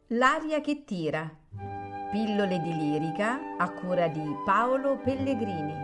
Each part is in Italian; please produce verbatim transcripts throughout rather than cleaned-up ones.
L'aria che tira. Pillole di lirica a cura di Paolo Pellegrini.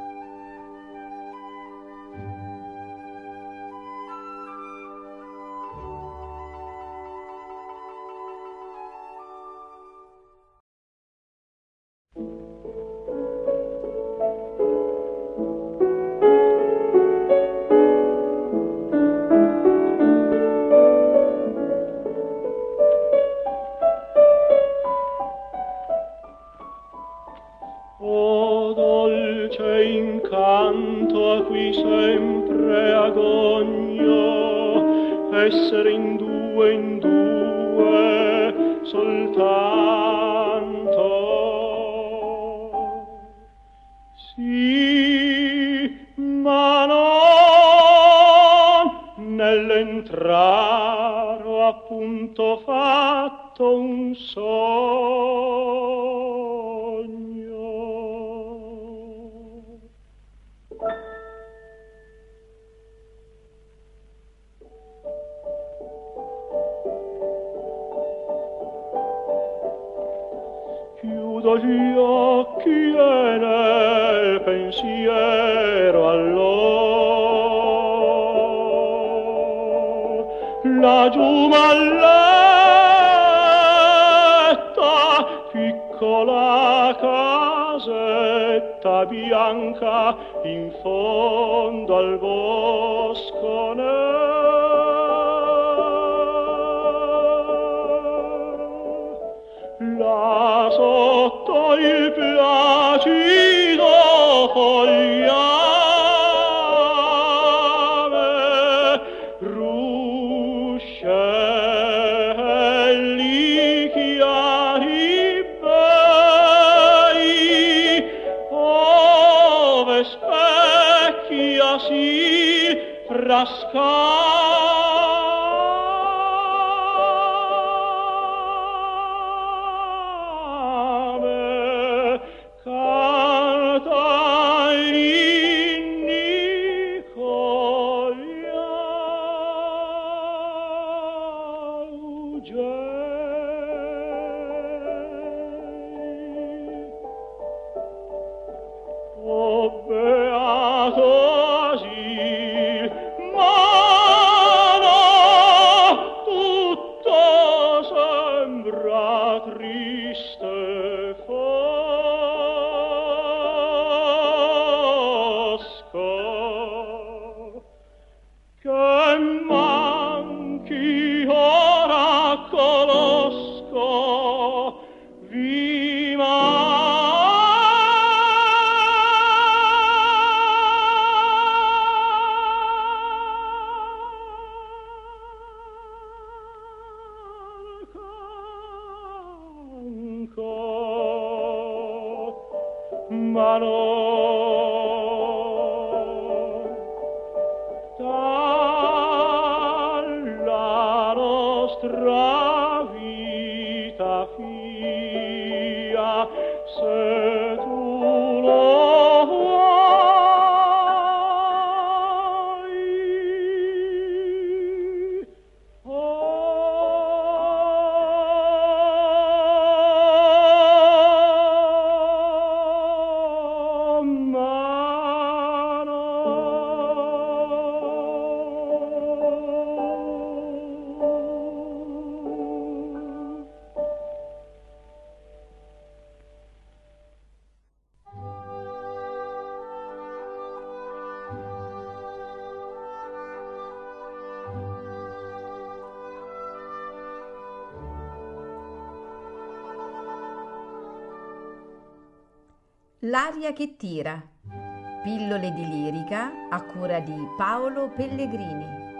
O dolce incanto a cui sempre agogno, essere in due in due soltanto. Sì, ma non nell'entrare ho appunto fatto un sogno. Chiudo gli occhi e nel pensiero allor laggiù m'alletta, piccola casetta bianca in fondo al bosco nel. Là sotto il placido fogliame ruscelli chiari bei, ove specchia si frascava. Oh, beato asil, ma no, tutto sembra triste fosco, che manchi ora conosco, vi ma no, dalla nostra vita fia, se tu lo vuoi. L'aria che tira. Pillole di lirica a cura di Paolo Pellegrini.